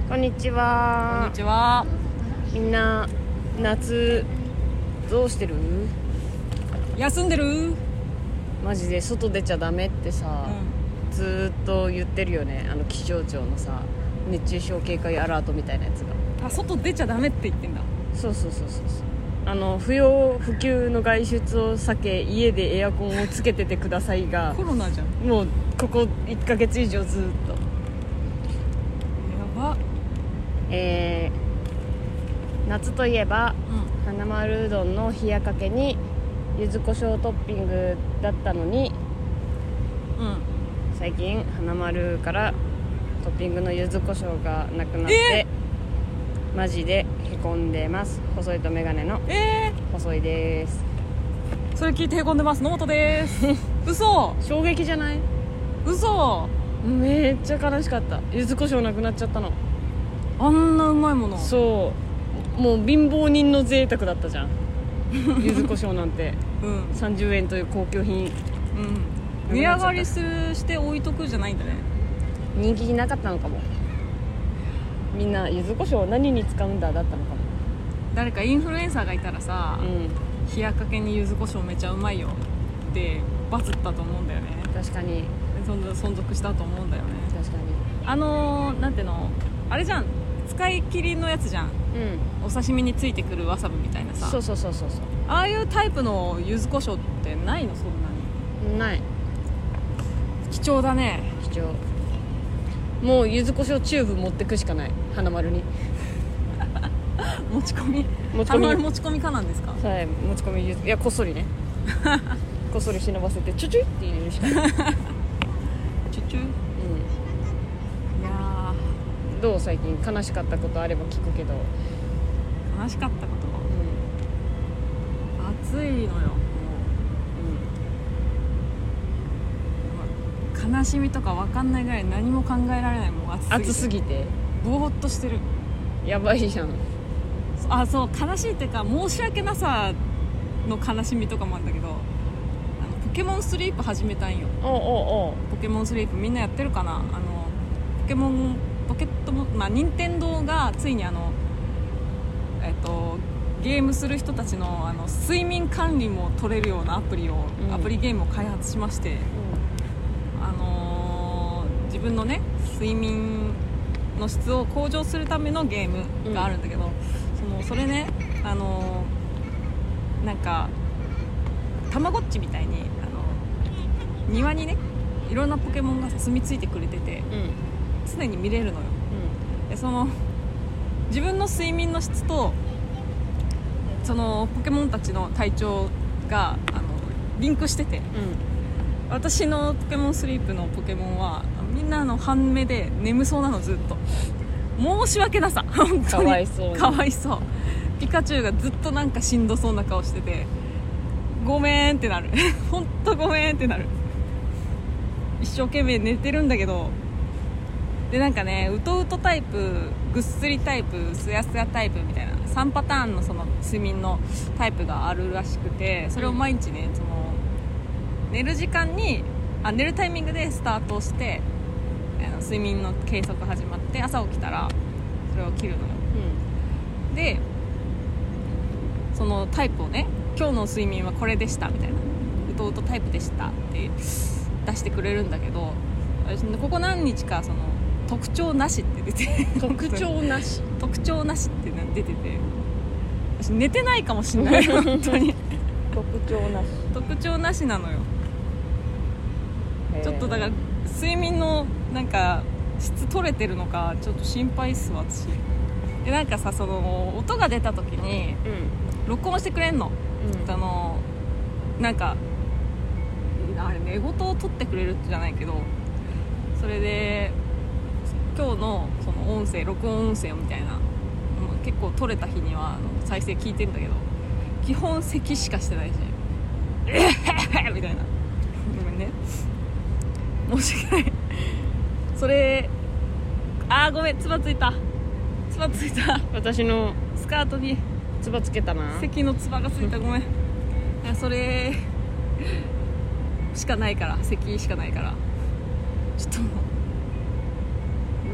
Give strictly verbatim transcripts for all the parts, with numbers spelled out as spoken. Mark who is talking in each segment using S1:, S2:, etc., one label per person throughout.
S1: こんにちは。
S2: こんにちは。
S1: みんな夏どうしてる？
S2: 休んでる？
S1: マジで外出ちゃダメってさ、うん、ずーっと言ってるよね。あの気象庁のさ、熱中症警戒アラートみたいなやつが。
S2: あ、外出ちゃダメって言ってんだ。
S1: そうそうそうそう。あの不要不急の外出を避け、家でエアコンをつけててくださいが
S2: コロナじゃん。
S1: もうここいっかげつ以上ずーっと
S2: やば。
S1: えー、夏といえば、
S2: うん、
S1: 花丸うどんの冷やかけに柚子胡椒トッピングだったのに、
S2: うん、
S1: 最近花丸からトッピングの柚子胡椒がなくなって、
S2: え
S1: ー、マジでへこんでます。細いとメガネの
S2: えー、
S1: 細いです。
S2: それ聞いてへこんでます。野本です嘘。
S1: 衝撃じゃない？
S2: 嘘。
S1: めっちゃ悲しかった。柚子胡椒なくなっちゃったの。
S2: あんなうまいもの。
S1: そうもう貧乏人の贅沢だったじゃん柚子胡椒なんて、
S2: うん、
S1: さんじゅうえんという高級品、
S2: うん、値上がりするして置いとくじゃないんだね。
S1: 人気なかったのかも。みんな柚子胡椒を何に使うんだだったのかも。
S2: 誰かインフルエンサーがいたらさ、
S1: うん、
S2: 冷やかけに柚子胡椒めちゃうまいよってバズったと思うんだよね。
S1: 確かに
S2: 存続したと思うんだよね。
S1: 確かに。
S2: あのー、なんていうのあれじゃん、使い切りのやつじゃん、
S1: うん、
S2: お刺身についてくるわさびみたいなさ。
S1: そうそうそうそうそう。
S2: ああいうタイプの柚子胡椒ってないの？そんなに
S1: ない。
S2: 貴重だね。
S1: 貴重。もう柚子胡椒チューブ持ってくしかない。花丸に
S2: 持ち込み
S1: 持ち込み
S2: 花丸持ち込みかなんですか？
S1: はい、持ち込み。いや、こっそりねこっそり忍ばせてチュチュって入れるしかない
S2: チュチュ。うん、いや
S1: どう？最近悲しかったことあれば聞くけど。
S2: 悲しかったこと、うん、暑いのよもう、うん、悲しみとか分かんないぐらい何も考えられない。もう暑すぎて
S1: 暑すぎて
S2: ぼーっとしてる。
S1: やばいじゃん。
S2: あ、そう、悲しいっていうか申し訳なさの悲しみとかもあるんだけど、あのポケモンスリープ始めたんよ。
S1: おうおうおう。
S2: ポケモンスリープみんなやってるかな。あのポケモンポケットも、まあ、任天堂がついにあの、えっと、ゲームする人たち の, あの睡眠管理も取れるようなアプリを、うん、アプリゲームを開発しまして、うん、あのー、自分のね睡眠の質を向上するためのゲームがあるんだけど、うん、そのそれね、あのー、なんかたまごっちみたいに、あの庭にねいろんなポケモンが住み着いてくれてて、うん、常に見れるのよ、うん、でその自分の睡眠の質とそのポケモンたちの体調があのリンクしてて、うん、私のポケモンスリープのポケモンはみんなあの半目で眠そうなの。ずっと申し訳なさ、本当に
S1: かわいそう、
S2: かわいそう。ピカチュウがずっとなんかしんどそうな顔しててごめんってなる本当ごめんってなる。一生懸命寝てるんだけど。でなんかね、うとうとタイプ、ぐっすりタイプ、すやすやタイプみたいなさんパターンのその睡眠のタイプがあるらしくて、それを毎日ね、その寝る時間にあ寝るタイミングでスタートして、あの睡眠の計測始まって朝起きたらそれを切るのよ、うん、でそのタイプをね、今日の睡眠はこれでしたみたいな、うとうとタイプでしたって出してくれるんだけど、ここ何日かその特徴なしって出て
S1: 特徴なし
S2: 特徴なしって出てて、私寝てないかもしんない本当に
S1: 特徴なし
S2: 特徴なしなのよ。ちょっとだから睡眠のなんか質取れてるのかちょっと心配っすわ私。でなんかさ、その音が出た時に録音してくれんの、うん、あのなんかあれ寝言を取ってくれるじゃないけど、それで今日のその音声録音音声みたいな結構撮れた日には再生聞いてんだけど、基本咳しかしてないしえっみたいな、ごめんね申し訳ないそれあーごめん、つばついたつばついた
S1: 私の
S2: スカートに
S1: つばつけたな。
S2: 咳のつばがついた、ごめん。それしかないから、咳しかないからちょっと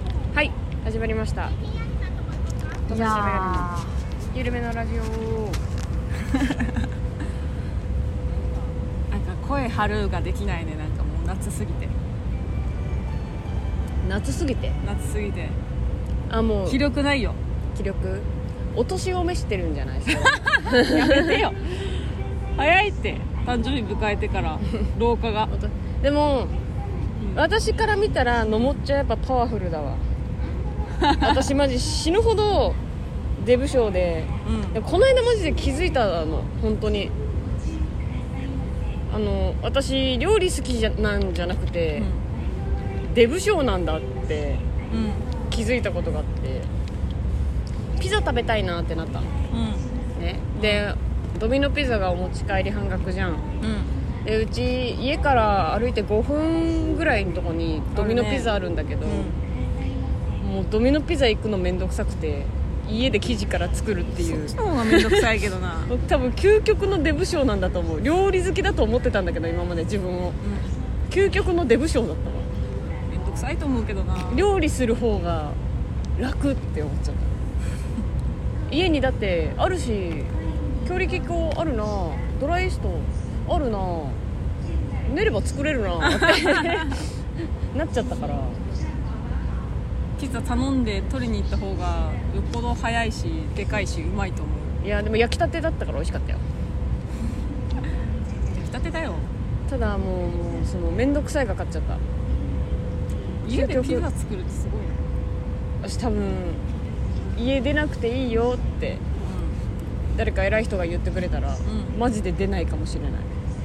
S1: はい始まりました。
S2: いや
S1: ゆるめのラジオ
S2: なんか声張るができないね。なんかもう夏すぎて
S1: 夏すぎて
S2: 夏すぎて
S1: あもう
S2: 気力ないよ。
S1: 気力お年を召してるんじゃないですか
S2: やめてよ早いって誕生日迎えてから老化が
S1: でも、
S2: うん、
S1: 私から見たらのもっちゃんやっぱパワフルだわ私マジ死ぬほどデブ症で、うん、でこの間マジで気づいたの本当にあの私料理好きじゃなんじゃなくて、うん、デブ症なんだって気づいたことがあって、ピザ食べたいなってなったの、うんね、で、うん、ドミノピザがお持ち帰り半額じゃん、うん、でうち家から歩いてごふんぐらいのとこにドミノピザあるんだけど、ねうん、もうドミノピザ行くのめんどくさくて家で生地から作るっていう。
S2: そっちの方がめんどくさいけどな
S1: 多分究極のデブ症なんだと思う。料理好きだと思ってたんだけど今まで自分を、うん、究極のデブ症だったわ。
S2: めんどくさいと思うけどな。
S1: 料理する方が楽って思っちゃった家にだってあるし強力粉あるな、ドライイーストあるな、練れば作れるなってなっちゃったから、
S2: ピザ頼んで取りに行った方がよっぽど早いしでかいしうまいと思う。
S1: いやでも焼きたてだったから美味しかったよ
S2: 焼きたてだよ。
S1: ただもう、もうそのめんどくさいが勝っちゃった。
S2: 家でピザ作るってすごいな。
S1: 私多分家出なくていいよって、うん、誰か偉い人が言ってくれたら、うん、マジで出ないかもしれない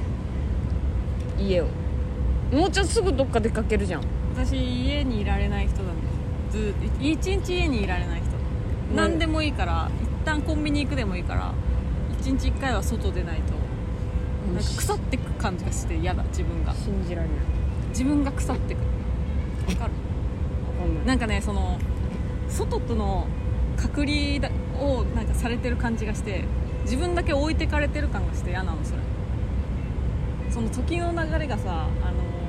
S1: 家を。もうちょっとすぐどっか出かけるじゃん。
S2: 私家にいられない人なんでず一日家にいられない人、うん、何でもいいから一旦コンビニ行くでもいいから一日一回は外出ないと、うん、なんか腐ってく感じがして嫌だ。自分が
S1: 信じられない。
S2: 自分が腐ってく。わかる？
S1: わかんない。
S2: なんかねその外との隔離をなんかされてる感じがして自分だけ置いてかれてる感がして嫌なの。それその時の流れがさ、あの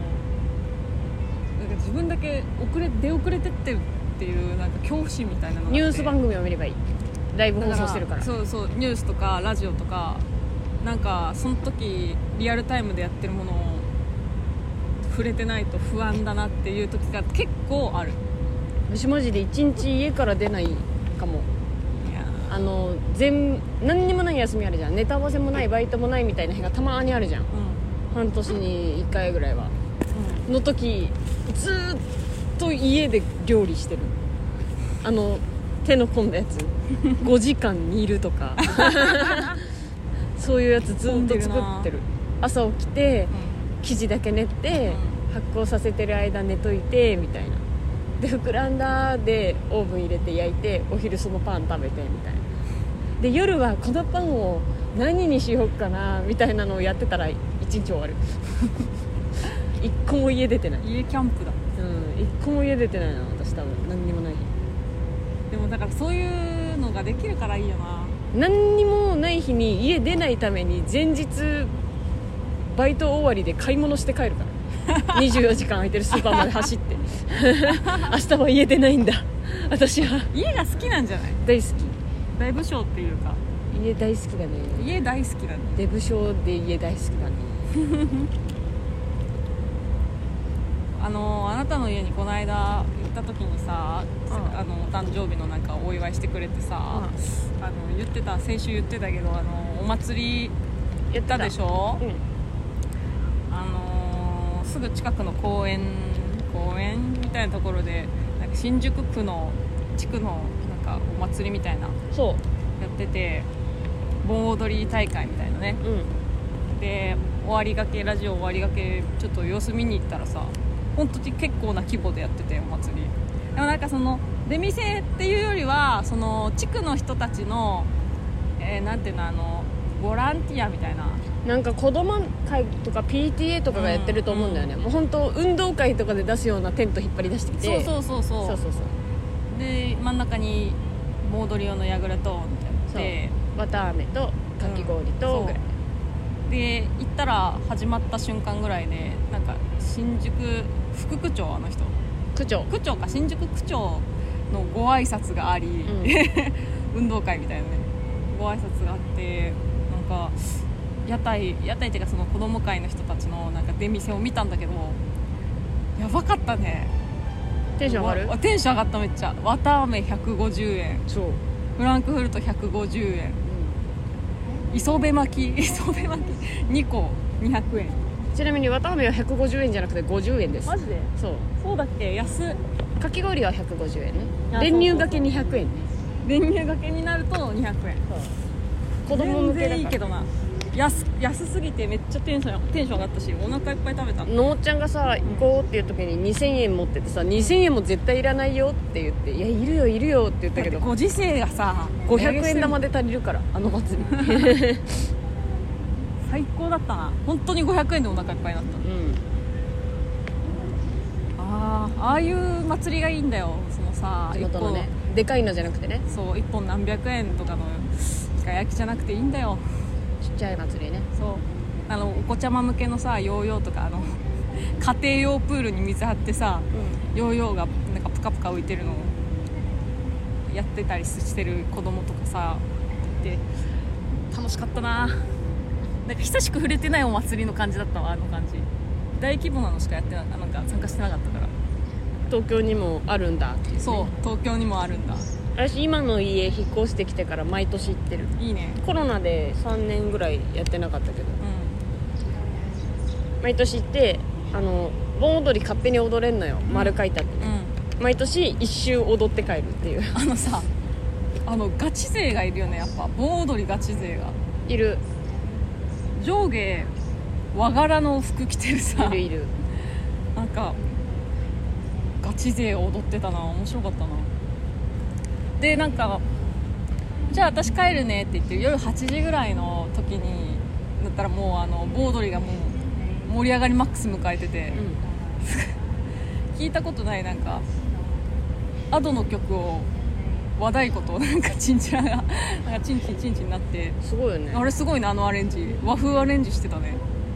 S2: なんか自分だけ遅れ出遅れてってるっていうなんか恐怖心みたいなのがあって、
S1: ニュース番組を見ればいい。ライブ放送してるから。
S2: そうそうニュースとかラジオとかなんかその時リアルタイムでやってるものを触れてないと不安だなっていう時が結構ある。
S1: 私マジで一日家から出ないかも。いやあの全何にもない休みあるじゃん。ネタ合わせもないバイトもないみたいな日がたまにあるじゃん、うん、半年にいっかいぐらいは、うん、の時ずーっと家で料理してる。あの手の込んだやつごじかん煮るとかそういうやつずっと作ってる。朝起きて、うん、生地だけ練って、うん、発酵させてる間寝といてみたいな。 で膨らんだでオーブン入れて焼いてお昼そのパン食べてみたいなで夜はこのパンを何にしようかなみたいなのをやってたら一日終わる一個も家出てない、
S2: 家キャンプだ。
S1: うん、一個も家出てないな私多分何にもない日。
S2: でもだからそういうのができるからいいよな。
S1: 何にもない日に家出ないために前日バイト終わりで買い物して帰るからにじゅうよじかん空いてるスーパーまで走って明日は家出ないんだ私は。
S2: 家が好きなんじゃない？
S1: 大好き。
S2: 大武将っていうか
S1: 家大好きだね。
S2: 家大好きだね。
S1: デブ症で家大好きだね
S2: あのあなたの家にこの間行った時にさ、
S1: うん、
S2: あのお誕生日のなんかお祝いしてくれてさ、うん、あの言ってた先週言ってたけどあのお祭り行ったでしょ、うん、あのすぐ近くの公園公園みたいなところでなんか新宿区の地区のなんかお祭りみたいな
S1: そう
S2: やってて盆踊り大会みたいなね、うん、で終わりがけラジオ終わりがけちょっと様子見に行ったらさ本当に結構な規模でやっててお祭りでもなんかその出店っていうよりはその地区の人たちの、えー、なんていうのあのボランティアみたいな
S1: なんか子供会とか ピーティーエー とかがやってると思うんだよね、うんうん、もう本当運動会とかで出すようなテント引っ張り出してきて
S2: そうそうそうそう
S1: そうそうそう
S2: で真ん中に盆踊り用の櫓とみたいなで
S1: 綿あめとかき氷とぐらい、
S2: うん、で行ったら始まった瞬間ぐらいでなんか新宿副区長あの人
S1: 区長
S2: 区長か新宿区長のご挨拶があり、うん、運動会みたいなねご挨拶があってなんか屋台屋台っていうかその子供会の人たちのなんか出店を見たんだけどやばかったね。
S1: テンション上がる？
S2: テンション上がっためっちゃ。綿あめひゃくごじゅうえん
S1: そう
S2: フランクフルトひゃくごじゅうえん、うん、磯辺巻き磯辺巻きにこにひゃくえん。
S1: ちなみに綿あめはひゃくごじゅうえんじゃなくてごじゅうえんです。
S2: マジで？
S1: そう
S2: そうだっけ？安っ。
S1: かき氷はひゃくごじゅうえんね。練乳がけにひゃくえんね。
S2: 練乳がけになるとにひゃくえん。
S1: 子供向けだから
S2: 全然いいけどな。安, 安すぎてめっちゃテンションテンション上がったしお腹いっぱい食べた。
S1: のーちゃんがさ行こうっていう時ににせんえん持っててさにせんえんも絶対いらないよって言っていやいるよいるよって言ったけど
S2: ご時世がさ
S1: ごひゃくえん玉で足りるからあの祭り
S2: 最高だったな本当にごひゃくえんでお腹いっぱいになった、うん、ああああいう祭りがいいんだよ。そのさ
S1: 地元のねでかいのじゃなくてね
S2: そういっぽん何百円とかのイカ焼きじゃなくていいんだよ。
S1: ちっちゃい祭りね。
S2: そうあのお子ちゃま向けのさヨーヨーとかあの家庭用プールに水張ってさ、うん、ヨーヨーがなんかプカプカ浮いてるのをやってたりしてる子供とかさで楽しかったな。なんか久しく触れてないお祭りの感じだったわ。あの感じ大規模なのしかやってななんか参加してなかったから。
S1: 東京にもあるんだっていう、ね、
S2: そう東京にもあるんだ。
S1: 私今の家引っ越してきてから毎年行ってる。
S2: いいね。
S1: コロナでさんねんぐらいやってなかったけど、うん、毎年行ってあの盆踊り勝手に踊れんのよ、うん、丸書いてあってね、うん、毎年一周踊って帰るっていう
S2: あのさあのガチ勢がいるよね。やっぱ盆踊りガチ勢が
S1: いる。
S2: 上下和柄の服着てるさ
S1: いるいる
S2: なんかガチ勢踊ってたな。面白かったな。でなんかじゃあ私帰るねって言って夜はちじぐらいの時にだったらもうあの盆踊りがもう盛り上がりマックス迎えてて、うん、聞いたことないなんかアドの曲を和太鼓となんかチンチラがなんかチンチンチンチンになって
S1: すごいよね。
S2: あれすごいなあのアレンジ和風アレンジしてたね。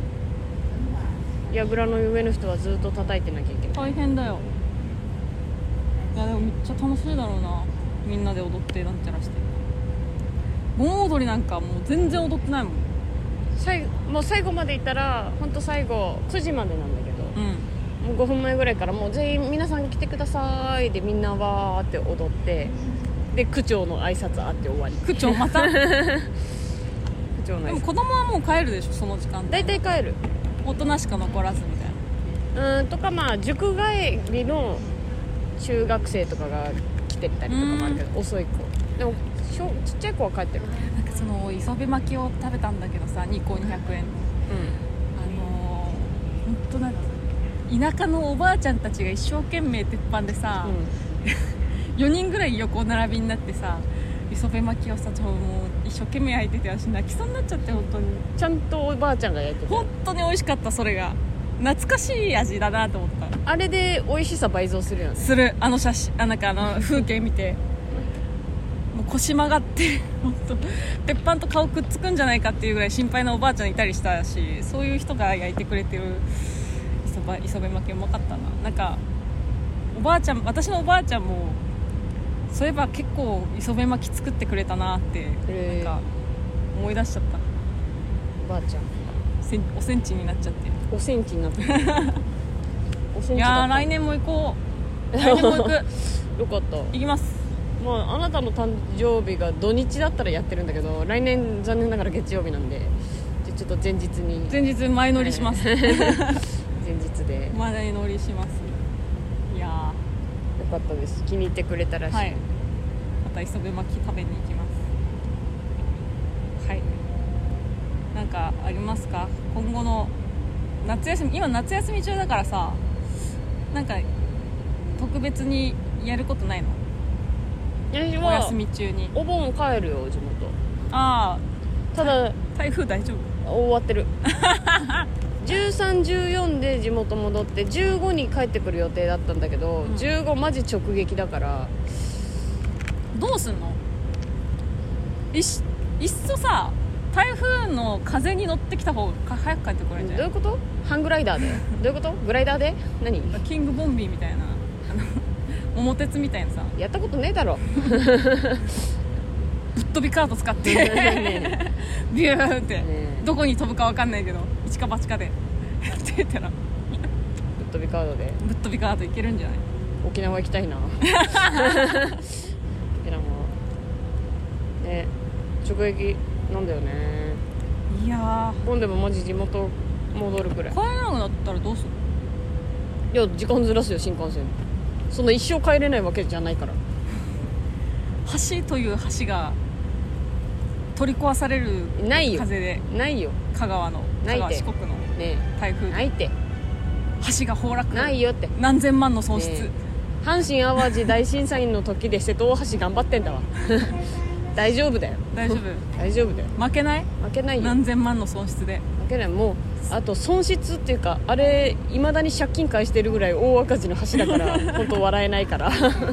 S1: 櫓の上の人はずっと叩いてなきゃいけない。
S2: 大変だよ。いやでもめっちゃ楽しいだろうな。みんなで踊ってなんちゃらして盆踊りなんかもう全然踊ってないもん。
S1: 最もう最後まで行ったら本当最後くじまでなんだけど、
S2: うん、
S1: もうごふんまえぐらいからもう全員皆さん来てくださいでみんなわーって踊ってで区長の挨拶あって終わり。
S2: 区長また区
S1: 長の挨拶。
S2: でも子供はもう帰るでしょその時間。
S1: だいたい帰る。
S2: 大人しか残らずみたいな。
S1: うんとかまあ塾帰りの中学生とかが来てたりとかもあるけど遅い子でもちっちゃい子は帰ってる。
S2: なんかその磯辺巻きを食べたんだけどさにこにひゃくえんの、うん、あのー、ほんとなんか田舎のおばあちゃんたちが一生懸命鉄板でさ、うん、よにんぐらい横並びになってさ磯辺巻きをさもう一生懸命焼いてて私泣きそうになっちゃって本当に
S1: ちゃんとおばあちゃんが焼いてて
S2: 本当に美味しかった。それが懐かしい味だなと思った。
S1: あれで美味しさ倍増するよね。
S2: する。あの写真あなんかあの風景見てもう腰曲がって本当鉄板と顔くっつくんじゃないかっていうぐらい心配なおばあちゃんいたりしたし、そういう人が焼いてくれてる磯辺、磯辺巻きうまかったな。なんかおばあちゃん私のおばあちゃんもそういえば結構磯辺巻き作ってくれたなってなんか思い出しちゃった。
S1: おばあちゃん
S2: おセンチになっちゃって
S1: おセンチになっておセンチだった。
S2: いやー来年も行こう。来年も行く
S1: よかった。
S2: 行きます。
S1: まあ、あなたの誕生日が土日だったらやってるんだけど来年残念ながら月曜日なんでじゃちょっと前日に
S2: 前日前乗りします前日
S1: で
S2: 前乗りします。いやーよ
S1: かったです。気に入ってくれたらしい、はい、
S2: また磯辺巻き食べに行きます。はいなんかありますか今後の夏休み。今夏休み中だからさなんか特別にやることないの？お休み中に
S1: お盆帰るよ地元。
S2: ああ
S1: ただ
S2: 台風大丈夫？
S1: 終わってるじゅうさん、じゅうよんで地元戻ってじゅうごに帰ってくる予定だったんだけど、うん、じゅうごマジ直撃だから
S2: どうすんの？いっいっそさ台風の風に乗ってきた方が早く帰ってこれるんじゃない？
S1: どういうこと？ハングライダーでどういうこと？グライダーで何？
S2: キングボンビーみたいなあの桃鉄みたいなさ
S1: やったことねえだろ
S2: ぶっ飛びカート使ってねビューって、ね、どこに飛ぶか分かんないけど一か八かでやってたらぶ
S1: っ飛びカードで
S2: ぶっ飛びカートいけるんじゃない？
S1: 沖縄行きたいな沖縄ね直撃なんだよね。
S2: いや
S1: ー今度もマジ地元戻るくらい。
S2: 帰れなくなったらどうする？
S1: いや時間ずらすよ新幹線。そんな一生帰れないわけじゃないから
S2: 橋という橋が取り壊される風で
S1: ないよ
S2: 香川の香川四国の台風で
S1: ないって
S2: 橋が崩落
S1: ないよって
S2: 何千万の損失、
S1: ね、阪神淡路大震災の時で瀬戸大橋頑張ってんだわ大丈夫だよ
S2: 大丈夫
S1: 大丈夫だよ
S2: 負けない
S1: 負けないよ
S2: 何千万の損失で
S1: 負けない。もうあと損失っていうかあれいまだに借金返してるぐらい大赤字の橋だから本当笑えないから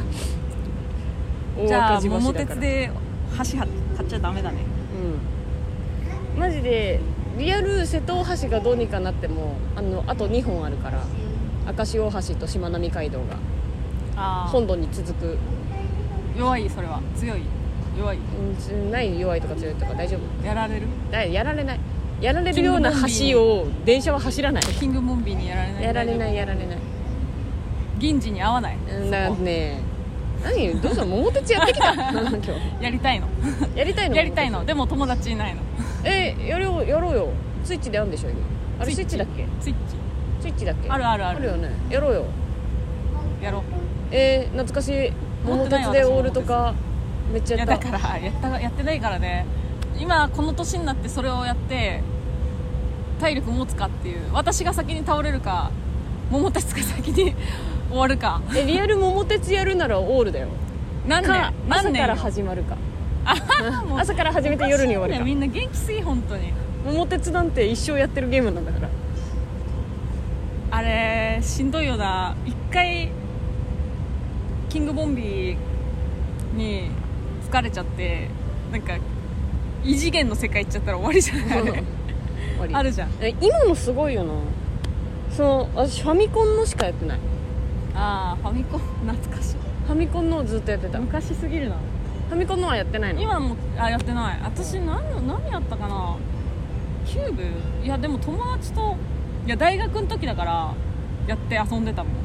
S2: じゃあ桃鉄で橋買っちゃダメだね。
S1: うんマジでリアル瀬戸大橋がどうにかなっても あのあとにほんあるから明石大橋としまなみ海道が
S2: あ
S1: 本土に続く。
S2: 弱いそれは強い弱い、
S1: うん、ない弱いとか強いとか大丈夫
S2: やられる
S1: だやられないやられるような橋を電車は走らない。
S2: キングボンビーにやられない
S1: やられないやられない
S2: 銀次に合わない。
S1: だね何どうしたの桃鉄やってきた今日
S2: やりたいの
S1: やりたいの
S2: やりたいのでも友達いないの。
S1: えやろうやろうよ。スイッチであるんでしょ今あれスイッチだっけ？
S2: スイッチ
S1: スイッチだっけ？
S2: あるあるある
S1: あるよね。やろうよ
S2: やろう。
S1: えー、懐かしい桃鉄でオールとかめっちゃやった。
S2: いやだからやったやってないからね。今この年になってそれをやって体力持つかっていう。私が先に倒れるか桃鉄が先に終わるか。
S1: えリアル桃鉄やるならオールだよ。
S2: なんで
S1: 朝から始まるか朝から始めて夜に終わるか。
S2: みんな元気すぎ本当に。
S1: 桃鉄なんて一生やってるゲームなんだから。
S2: あれしんどいよな。一回キングボンビーに疲れちゃってなんか異次元の世界行っちゃったら終わりじゃない終わりあるじゃん。
S1: 今のすごいよな。その私ファミコンのしかやってない。
S2: ああファミコン懐かしい。
S1: ファミコンのをずっとやってた。
S2: 昔すぎるな。
S1: ファミコンのはやってないの？
S2: 今もあやってない。私何何やったかな。キューブ。いやでも友達といや大学の時だからやって遊んでたも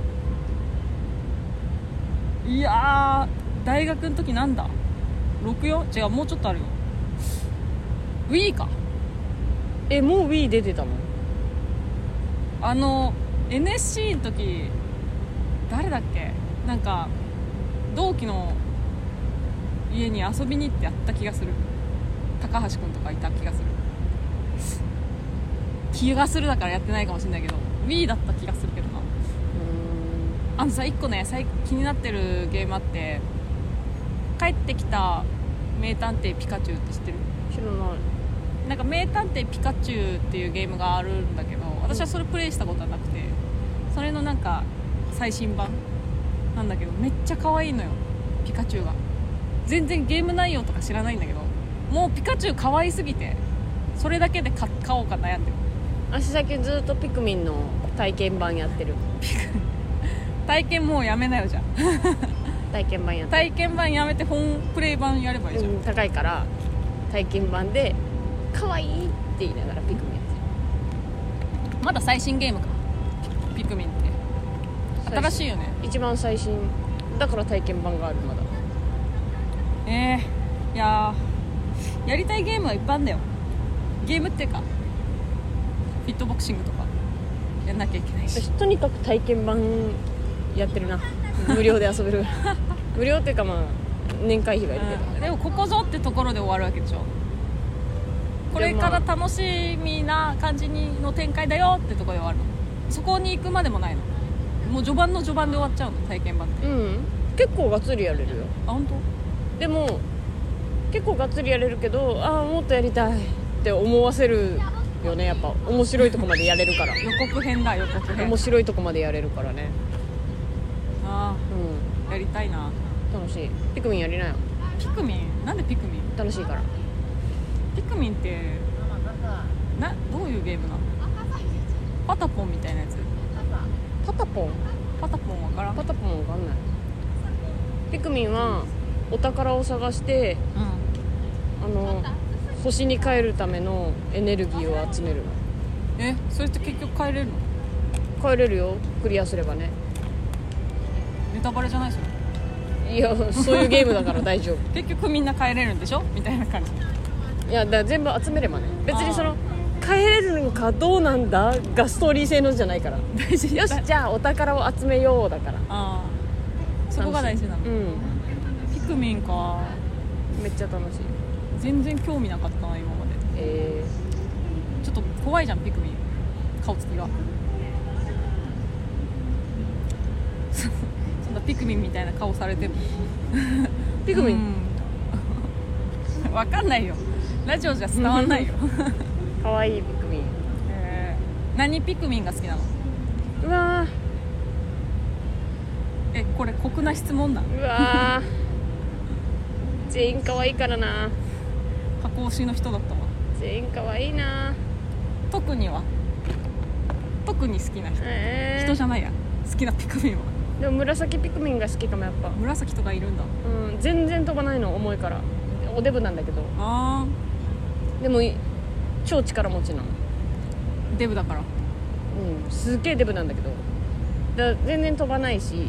S2: ん。いやー大学の時なんだろくよん違うもうちょっとあるよ。 Wii か。
S1: えもう Wii 出てたの？
S2: あの エヌエスシー の時誰だっけなんか同期の家に遊びに行ってやった気がする。高橋君とかいた気がする気がするだからやってないかもしれないけど Wii だった気がするけどな。 あのさいっこね最近気になってるゲームあって、帰ってきた名探偵ピカチュウって知ってる？
S1: 知らない。
S2: なんか名探偵ピカチュウっていうゲームがあるんだけど、私はそれプレイしたことはなくて、それのなんか最新版なんだけど、めっちゃ可愛いのよピカチュウが。全然ゲーム内容とか知らないんだけど、もうピカチュウ可愛すぎてそれだけで買買おうか悩んでる。
S1: 私最近ずっとピクミンの体験版やってる。
S2: 体験もうやめなよじゃん。
S1: 体験版やってる。
S2: 体験版やめて本プレイ版やればいいじゃん、
S1: うん、高いから体験版で可愛いって言いながらピクミンやってる。
S2: まだ最新ゲームかピピクミンって新しいよね。
S1: 一番最新だから体験版がある。まだ
S2: えー、いやーやりたいゲームはいっぱいあるんだよ。ゲームっていうかフィットボクシングとかやんなきゃいけないし、
S1: 私とにかく体験版やってるな。無料で遊べる。無料っていうかまあ年会費がいるけど、
S2: うん、でもここぞってところで終わるわけでしょ。これから楽しみな感じにの展開だよってところで終わるの。そこに行くまでもないの。もう序盤の序盤で終わっちゃうの体験版って。
S1: うん結構がっつりやれるよ。
S2: あ本当？
S1: でも結構がっつりやれるけど、ああもっとやりたいって思わせるよね。やっぱ面白いとこまでやれるから
S2: 予告編だ予告編。
S1: 面白いとこまでやれるからね。
S2: あ
S1: うん
S2: あやりたいな。
S1: 楽しい。ピクミンやりなよ。
S2: ピクミンなんでピクミン？
S1: 楽しいから。
S2: ピクミンってなどういうゲームなの？パタポンみたいなやつ？
S1: パタポン
S2: パタポンわからん。
S1: パタポンわかんない。ピクミンはお宝を探して
S2: うん
S1: あの星に帰るためのエネルギーを集めるの。
S2: えそれって結局帰れるの？
S1: 帰れるよクリアすればね。
S2: ネタバレじゃないそれ？
S1: いやそういうゲームだから大丈夫。
S2: 結局みんな帰れるんでしょみたいな感じ。
S1: いやだから全部集めればね。別にその帰れるのかどうなんだがストーリー性のじゃないから。
S2: 大事。
S1: よしじゃあお宝を集めようだから。
S2: ああそこが大事なの。
S1: うん
S2: ピクミンか。
S1: めっちゃ楽しい。
S2: 全然興味なかったな今まで。
S1: え
S2: ちょっと怖いじゃんピクミン顔つきが。そんなピクミンみたいな顔されても
S1: ー、ピクミン
S2: わかんないよラジオじゃ伝わんないよ。
S1: かわいいピクミン。
S2: えー、何ピクミンが好きなの？
S1: うわ
S2: えこれ酷な質問なの？
S1: ーうわー全員かわいいからな。
S2: 箱推しの人だったわ。
S1: 全員かわいいな。
S2: 特には特に好きな人、
S1: えー、
S2: 人じゃないや好きなピクミンは？
S1: でも紫ピクミンが好きかもやっぱ。
S2: 紫とかいるんだ。
S1: うん全然飛ばないの重いから。おデブなんだけど
S2: あ
S1: でも超力持ちなの。
S2: ーデブだから。
S1: うんすっげえデブなんだけどだ全然飛ばないし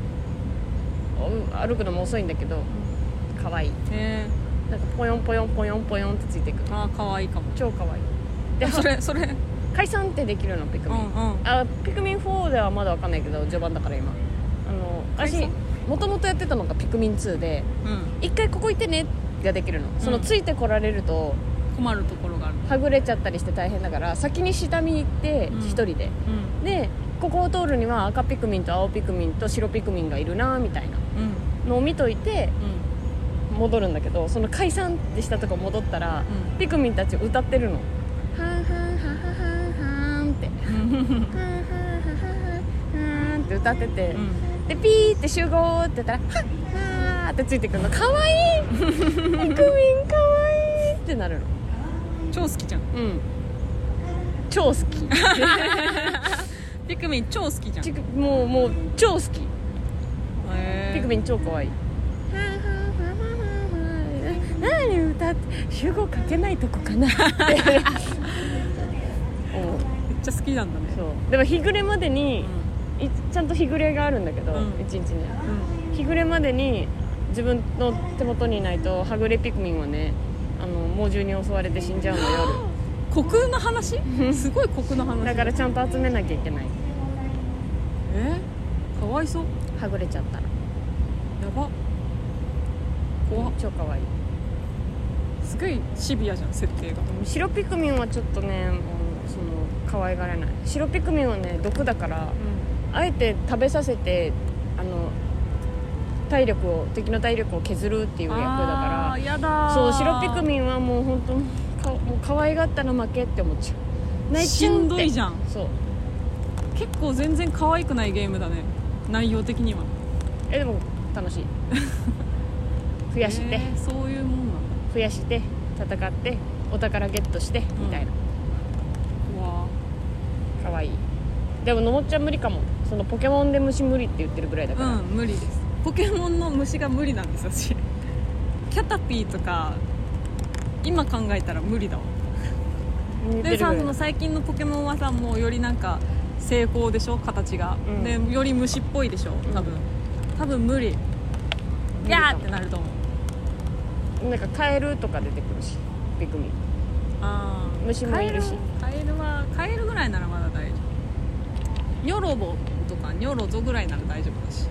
S1: 歩くのも遅いんだけどかわいい。
S2: へえ
S1: なんかポヨンポヨンポヨンポヨンってついてくる。
S2: あーかわいいかも。
S1: 超かわいい。
S2: で
S1: で
S2: それそれ
S1: 解散ってできるのピクミン、
S2: うんうん
S1: あピクミンフォーではまだわかんないけど序盤だから今あの私
S2: 解散
S1: もともとやってたのがピクミンツーで
S2: うん
S1: 一回ここ行ってねができるの。そのついてこられると
S2: 困るところがある。
S1: はぐれちゃったりして大変だから先に下見行って
S2: うん
S1: 一人で、
S2: うん
S1: でここを通るには赤ピクミンと青ピクミンと白ピクミンがいるなみたいな
S2: うん
S1: のを見といて
S2: うん
S1: 戻るんだけど、その解散ってしたとこ戻ったら、
S2: うん
S1: ピクミンたち歌ってるの。はんはんはんはんはんはんってはんはんはんはんはんはんって歌ってて、でピーって集合って言ったらはっはーってついてくるの。かわいいピクミンかわいいってなるの。
S2: 超好きじゃん。
S1: うん超好き
S2: ピクミン超好きじゃん。
S1: ピクもうもう超好き。
S2: へー
S1: ピクミン超かわいい。何歌って集合かけないとこかなって思う。
S2: めっちゃ好きなんだね。
S1: そうでも日暮れまでに、いちゃんと日暮れがあるんだけど、
S2: うん
S1: いちにちね
S2: うん
S1: 日暮れまでに自分の手元にいないとはぐれピクミンはねあの猛獣に襲われて死んじゃうの夜。
S2: 酷な話？すごい酷な話。
S1: だからちゃんと集めなきゃいけない。
S2: えかわいそう。
S1: はぐれちゃったら
S2: やば怖っ。
S1: 超かわいい。
S2: すごいシビアじゃん設定が。
S1: 白ピクミンはちょっとねもうその可愛がれない。白ピクミンはね毒だからあえて食べさせてあの体力を敵の体力を削るっていう役だから
S2: あーやだー。
S1: そう白ピクミンはもう本当かもう可愛がったら負けって思っちゃう。泣いちゃうって
S2: しんどいじゃん。
S1: そう
S2: 結構全然可愛くないゲームだね、内容的には。
S1: えでも楽しい増やして、
S2: えーそういうもんなんだ。
S1: 増やして戦ってお宝ゲットしてみたいな、
S2: うわ
S1: 可愛い。でものもっちゃん無理かも。そのポケモンで虫無理って言ってるぐらいだから、
S2: うん無理です。ポケモンの虫が無理なんです私。キャタピーとか今考えたら無理だわ。でさ、その最近のポケモンはさ、もうよりなんか成功でしょ、形が、
S1: うん、
S2: でより虫っぽいでしょ多分、うん、多分無理。ギャーってなると思う。
S1: なんかカエルとか出てくるしピクミン。
S2: ああ
S1: 虫もいるし、
S2: カエルはカエルぐらいならまだ大丈夫。ニョロボとかニョロゾぐらいなら大丈夫だし。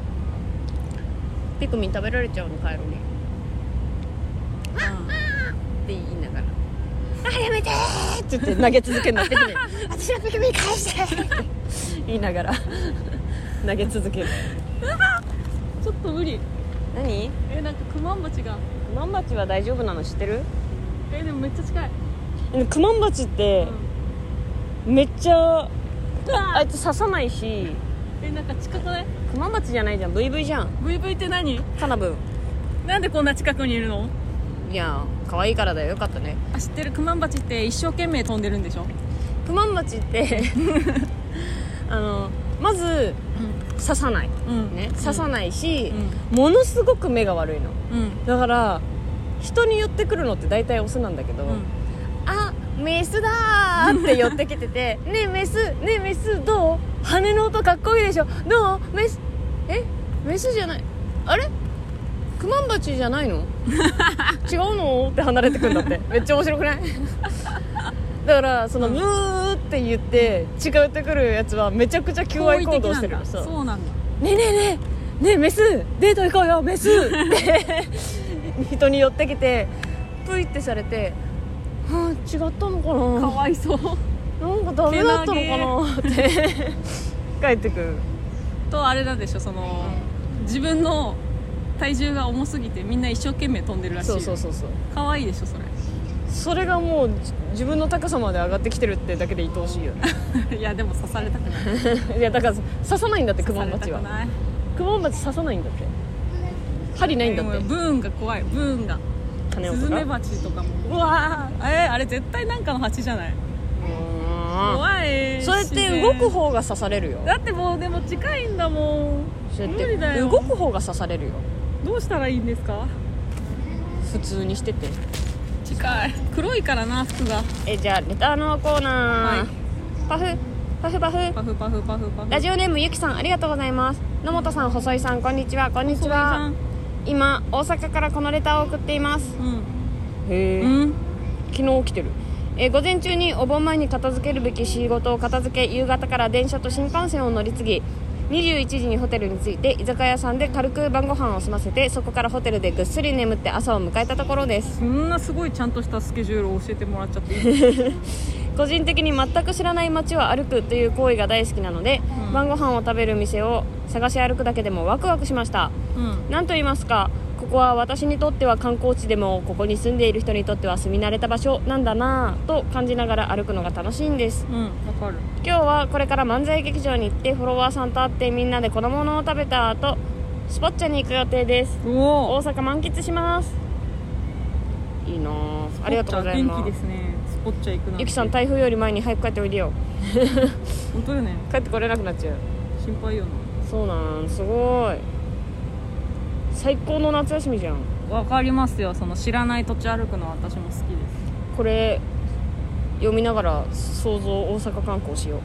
S1: ピクミン食べられちゃうのカエルに、
S2: うん、
S1: って言いながらあやめてーって言って投げ続けるのピクミン私のピクミン返してって言いながら投げ続ける
S2: ちょっと無理。
S1: 何？
S2: えなんかクマンバチが
S1: クマンバチは大丈夫なの知ってる？
S2: えでもめっちゃ近い。
S1: クマンバチって、うん、めっちゃあいつ刺さないし。
S2: えなんか近くない？
S1: クマンバチじゃないじゃん、 ブイブイ じゃん。
S2: ブイブイ って何？
S1: カナブン。
S2: なんでこんな近くにいるの？
S1: いや可愛いからだよ。よかったね。
S2: あ知ってる。クマンバチって一生懸命飛んでるんでしょ。
S1: クマンバチってあのまず、うん、刺さない、うんね、刺さないし、うん、ものすごく目が悪いの、うん、だから人に寄ってくるのって大体オスなんだけど、うん、あメスだーって寄ってきててねえメスねえメスどう？羽の音かっこいいでしょ、どう？メスえメスじゃない、あれクマンバチじゃないの違うのって離れてくんだってめっちゃ面白くないだからそのブーって言って近寄ってくるやつはめちゃくちゃ求愛行動してる。
S2: そうそうなんだ。
S1: ねえねえねえねえメスデート行こうよメスって人に寄ってきてプイってされて、はあ、違ったのかな、
S2: かわいそう、
S1: なんかダメだったのかなって帰ってくる
S2: と。あれなんでしょ、その自分の体重が重すぎてみんな一生懸命飛んでるらしい。
S1: そうそうそうそう。
S2: かわいいでしょそれ。
S1: それがもう自分の高さまで上がってきてるってだけで愛おしいよね
S2: いやでも刺されたくない
S1: いやだから刺さないんだって、クマンバチは。クマンバチ刺さないんだって、針ないんだって。
S2: ブーンが怖い、ブーンが。スズメバチとかもうわー、えー、あれ絶対なんかの蜂じゃない？怖い。
S1: それって動く方が刺されるよ。
S2: だってもうでも近いんだもん。無理だよ。
S1: 動く方が刺されるよ。
S2: どうしたらいいんですか？
S1: 普通にしてて。
S2: 近い。黒いからな服が。
S1: えじゃあレターのコーナー、はい、パフパフパフ
S2: パフパフパフパフ。
S1: ラジオネームゆきさんありがとうございます。野本さん細井さんこんにちは。こんにちは。今大阪からこのレターを送っています、うん、へえ、うん、昨日起きてる。えー、午前中にお盆前に片付けるべき仕事を片付け、夕方から電車と新幹線を乗り継ぎ、にじゅういちじにホテルに着いて居酒屋さんで軽く晩ご飯を済ませて、そこからホテルでぐっすり眠って朝を迎えたところです。
S2: そんなすごいちゃんとしたスケジュールを教えてもらっちゃっていい
S1: 個人的に全く知らない街を歩くという行為が大好きなので、うん、晩ご飯を食べる店を探し歩くだけでもワクワクしました、うん、なんと言いますか、ここは私にとっては観光地でも、ここに住んでいる人にとっては住み慣れた場所なんだなぁと感じながら歩くのが楽しいんです、うん、わかる。今日はこれから漫才劇場に行ってフォロワーさんと会ってみんなで子供のを食べた後スポッチャに行く予定です。大阪満喫します。いいなぁ、ありがとうございます。
S2: 元気ですね。スポッチャ行くなんて。
S1: ゆきさん台風より前に早く帰っておいでよ
S2: 本当よね。
S1: 帰ってこれなくなっちゃう。
S2: 心配よな。
S1: そうなん、すごい最高の夏休みじゃん。
S2: わかりますよ。その知らない土地歩くのは私も好きです。
S1: これ読みながら想像大阪観光しよ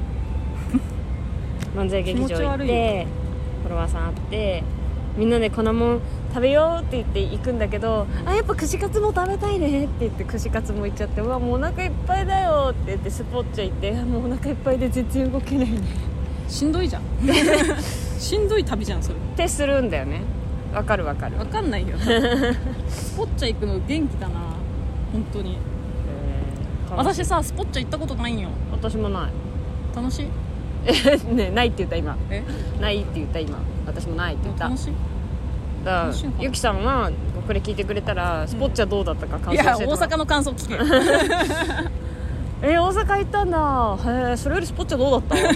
S1: う漫才劇場行ってフォロワーさん会ってみんなでこんなもん食べようって言って行くんだけど、あやっぱ串カツも食べたいねって言って串カツも行っちゃって、うわもうお腹いっぱいだよって言ってスポッチャ行って、もうお腹いっぱいで全然動けないね
S2: しんどいじゃんしんどい旅じゃんそれ
S1: ってするんだよね。わかるわかる。
S2: わかんないよスポッチャ行くの元気だな本当に、えー、私さスポッチャ行ったことないんよ。
S1: 私もない。
S2: 楽しい？
S1: ね、ないって言った今。
S2: え
S1: ないって言った今。私もないって言った。
S2: 楽しい
S1: だから
S2: 楽しいのかな
S1: ゆきさんはこれ聞いてくれたらスポッチャどうだったか感
S2: いや大
S1: 想教えてもらう。
S2: 阪の感想聞け
S1: えー、大阪行ったんだ。へえ、それよりスポッチャどうだった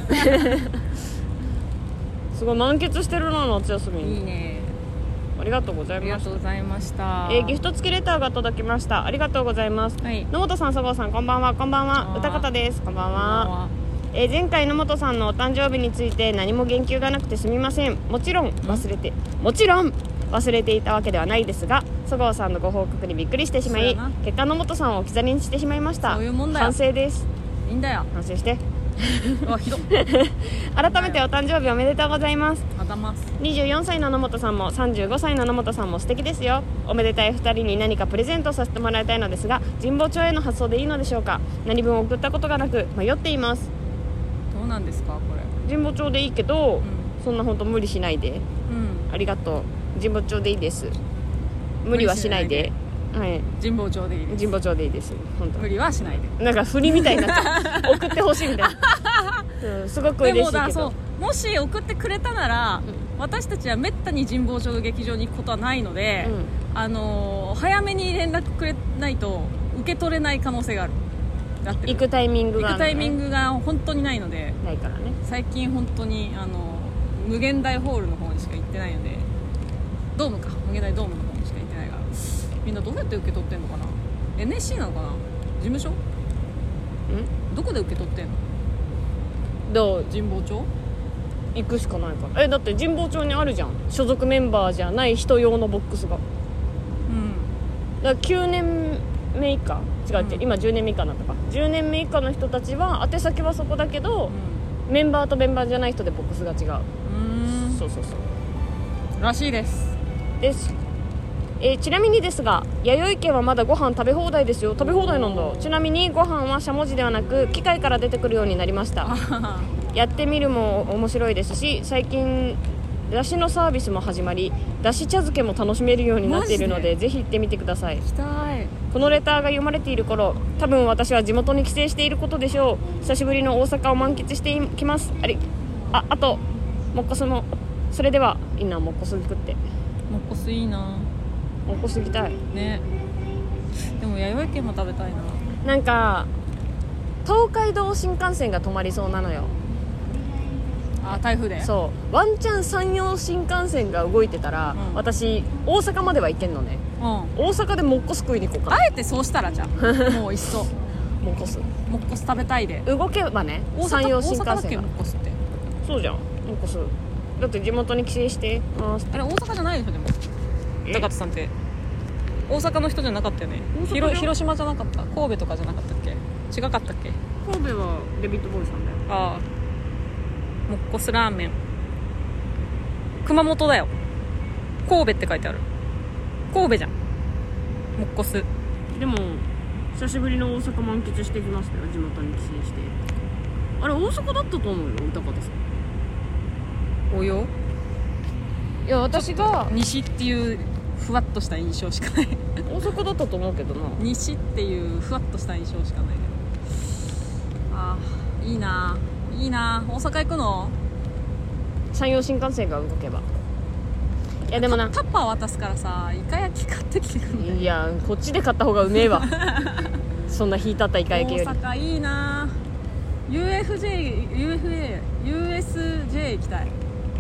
S1: すごい満喫してるな、夏休みに。
S2: いいね。
S1: ありがとうござい
S2: ありが
S1: ました。
S2: とうございました。
S1: えー、ギフト付きレターが届きました。ありがとうございます。
S2: はい、
S1: 野本さん、そごうさん、こんばんは。こんばんは。
S2: こんばんは
S1: 歌方です。こんばん
S2: こんばん
S1: は。
S2: は。
S1: えー、前回野本さんのお誕生日について何も言及がなくてすみません。もちろん忘れてもちろん忘れていたわけではないですが、そごうさんのご報告にびっくりしてしまい、
S2: そうやな
S1: 結果野本さんを置き去りにしてしまいました。
S2: そういうもんだよ
S1: 反省です。
S2: いいんだよ。
S1: 反省して
S2: うわひどっ
S1: 改めてお誕生日おめでとうございます。
S2: あざます。
S1: にじゅうよんさいの野本さんもさんじゅうごさいの野本さんも素敵ですよ。おめでたいふたりに何かプレゼントさせてもらいたいのですが、神保町への発送でいいのでしょうか。何分送ったことがなく迷っています。
S2: どうなんですかこれ。
S1: 神保町でいいけど、
S2: う
S1: そんな本当無理しないで。
S2: ん、うん、
S1: ありがとう。神保町でいいです。無理はしないで。はい
S2: 神保町でいいです。
S1: 神保町でいいです。本当
S2: 無理はしないで。
S1: なんか振りみたいになっちゃう送ってほしいみたいな、うん、すごく
S2: で
S1: 嬉しいけど。
S2: もだそうもし送ってくれたなら、
S1: う
S2: 私たちはめったに神保町劇場に行くことはないので、
S1: うん
S2: あのー早めに連絡くれないと受け取れない可能性がある。だって
S1: 行くタイミングが、
S2: 行くタイミングが本当にないので、
S1: ないからね。
S2: 最近本当にあの無限大ホールの方にしか行ってないので、ドームか無限大ドームの方にしか行ってないから、みんなどうやって受け取ってんのかな。 エヌエスシー なのかな、事務所
S1: ん
S2: どこで受け取ってんの。
S1: どう
S2: 神保町。
S1: 行くしかないから。えだって神保町にあるじゃん、所属メンバーじゃない人用のボックスが。
S2: うん
S1: だからきゅうねんめ以下違う違う、
S2: うん
S1: 今じゅうねんめ以下になったか。じゅうねんめ以下の人たちは宛先はそこだけど、
S2: う
S1: メンバーとメンバーじゃない人でボックスが違う。
S2: んうーん
S1: そうそうそう
S2: らしいです。
S1: です。えーちなみにですが、弥生家はまだご飯食べ放題ですよ。食べ放題なんだ。ちなみにご飯はしゃもじではなく機械から出てくるようになりました。やってみるも面白いですし、最近だしのサービスも始まり、だし茶漬けも楽しめるようになっているの
S2: マジ
S1: で、ぜひ行ってみてください。
S2: 行きたい。
S1: このレターが読まれている頃、多分私は地元に帰省していることでしょう。久しぶりの大阪を満喫していきます。ありああともっこすも。それではいいな、もっこす食って。
S2: もっこすいいな
S1: もっこすぎたい
S2: ね。でも弥生県も食べたいな。
S1: なんか東海道新幹線が止まりそうなのよ。
S2: あ、台風で。
S1: そうワンチャン山陽新幹線が動いてたら、
S2: うん
S1: 私大阪までは行けんのね。
S2: うん、
S1: 大阪でもっこす食いに行こうかな。
S2: あえてそうしたらじゃあもういっそ
S1: もっこす
S2: もっこす食べたいで。
S1: 動けばね、
S2: 大阪
S1: 山陽新
S2: 大阪だっけ
S1: 幹線が
S2: もっこすって。
S1: そうじゃん。もっこすだって地元に帰省してます。
S2: あれ大阪じゃないでしょでも。
S1: え
S2: 高田さんって大阪の人じゃなかったよね。
S1: 大阪だよ
S2: 広広島じゃなかった。神戸とかじゃなかったっけ。違かったっけ。
S1: 神戸はデビッド・ボーイさんだよ。
S2: ああ、もっこすラーメン熊本だよ。神戸って書いてある。神戸じゃんもっこす。
S1: でも久しぶりの大阪満喫してきましたよ。地元に帰省して。あれ大阪だったと思うよ、歌方さん。
S2: およ。
S1: いや私が
S2: 西っていうふわっとした印象しかない
S1: 大阪だったと思うけどな。
S2: 西っていうふわっとした印象しかないけど。ああいいないいな。大阪行くの。
S1: 山陽新幹線が動けば。いやでもな、
S2: タッパー渡すからさ、イカ焼き買ってきてくんだよ。
S1: いやこっちで買った方がうめえわそんな引いたったイカ焼きより。
S2: 大阪いいな。 ユーエフジェー ユーエフエー ユーエスジェー 行きたい。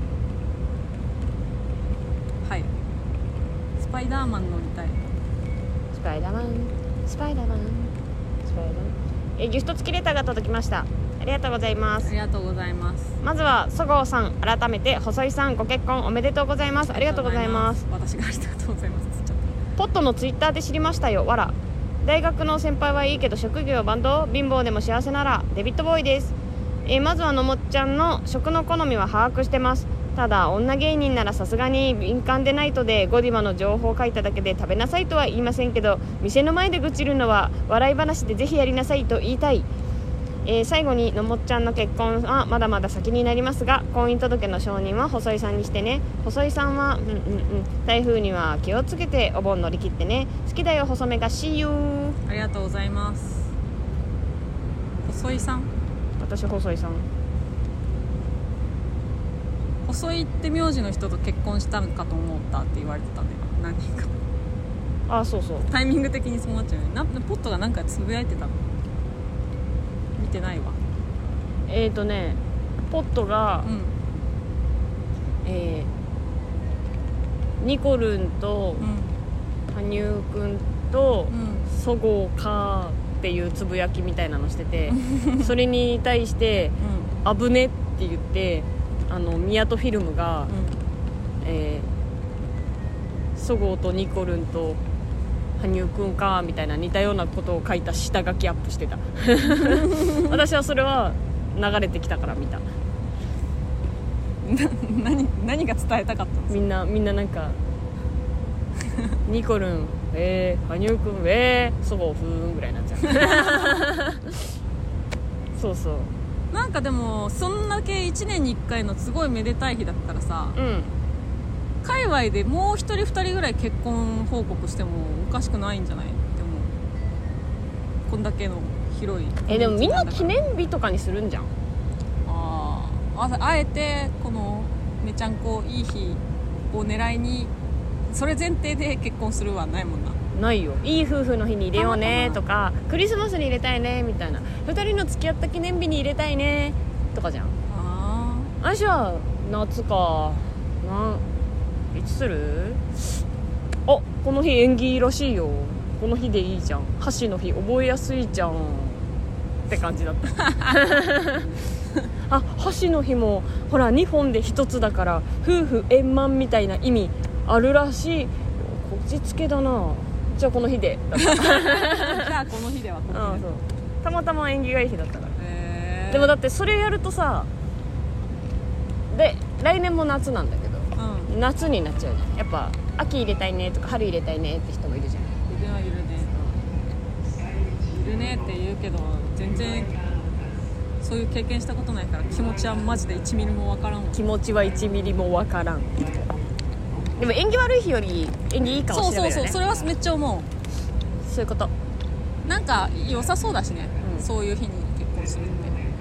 S2: はい。スパイダーマン乗りたい。
S1: スパイダーマンスパイダーマンスパイダーマン。えギフト付きレターが届きました。ありがとうございま
S2: あ
S1: す。
S2: りがとうございます。
S1: まずはそごうさん、改めて細井さんご結婚おめでとうございます。ありがとうございます。
S2: 私がありがとうございますつっちゃっ
S1: ポットのツイッターで知りましたよ。わら。大学の先輩はいいけど職業バンド、貧乏でも幸せならデビッドボーイです。えーまずはのもっちゃんの食の好みは把握してます。ただ女芸人ならさすがに敏感でないとでゴディバの情報を書いただけで食べなさいとは言いませんけど、店の前で愚痴るのは笑い話でぜひやりなさいと言いたい。えー最後にのもっちゃんの結婚はまだまだ先になりますが、婚姻届の承認は細井さんにしてね。細井さんは、うんうんうん、台風には気をつけてお盆乗り切ってね。好きだよ細めが See you。
S2: た。ありがとうございます。細井さん。
S1: 私細井さん。
S2: 細いって名字の人と結婚したのかと思ったって言われてたんだよ何人か。
S1: あそうそう
S2: タイミング的にそうなっちゃうよね。なポットがなんかつぶやいてたの見てないわ。
S1: えーとねポットが、
S2: うん
S1: えー、ニコルンと
S2: うん
S1: 羽生くんと
S2: うん
S1: そごうかっていうつぶやきみたいなのしててそれに対して
S2: う
S1: 「危ね」って言ってあの宮戸フィルムが、
S2: んうん
S1: えー、そごうとニコルンと羽生くんかみたいな似たようなことを書いた下書きアップしてた私はそれは流れてきたから見た。
S2: な何何が伝えたかったんですか。
S1: みんなみんななんかニコルンえー、羽生くんえー、そごうふーんぐらいになっちゃうそうそう
S2: なんかでもそんだけいちねんにいっかいのすごいめでたい日だったらさ、
S1: うん
S2: 界隈でもうひとりふたりぐらい結婚報告してもおかしくないんじゃないって思う。こんだけの広い
S1: えでもみんな記
S2: コミュニティんだから
S1: 念日とかにするんじゃん。
S2: あーああえてこのめちゃんこいい日を狙いにそれ前提で結婚するはないもんな。
S1: ないよ。いい夫婦の日に入れようねとかクリスマスに入れたいねみたいなふたりの付き合った記念日に入れたいねとかじゃん。
S2: あ
S1: 私は夏かないつする。あこの日縁起いいらしいよ。この日でいいじゃん。箸の日覚えやすいじゃんって感じだったあ箸の日もほらにほんでひとつだから夫婦円満みたいな意味あるらしい。こじつけだな。じゃあこの日でだった
S2: じゃあこの日ではこの日で
S1: うんそうたまたま縁起がいい日だったから。
S2: へー
S1: でもだってそれやるとさで来年も夏なんだけど
S2: うん
S1: 夏になっちゃうじゃん。やっぱ秋入れたいねとか春入れたいねって人もいるじゃん。
S2: いるはいるねいるねって言うけど全然そういう経験したことないから気持ちはマジでいちミリもわからんわ。
S1: 気持ちはいちミリもわからん。でも縁起悪い日より縁起いいかも
S2: そう
S1: しれないよね。
S2: そうそうそれはめっちゃ思
S1: そういうこと。
S2: う。なんか良さそうだしね、
S1: うん
S2: そういう日に結婚するって。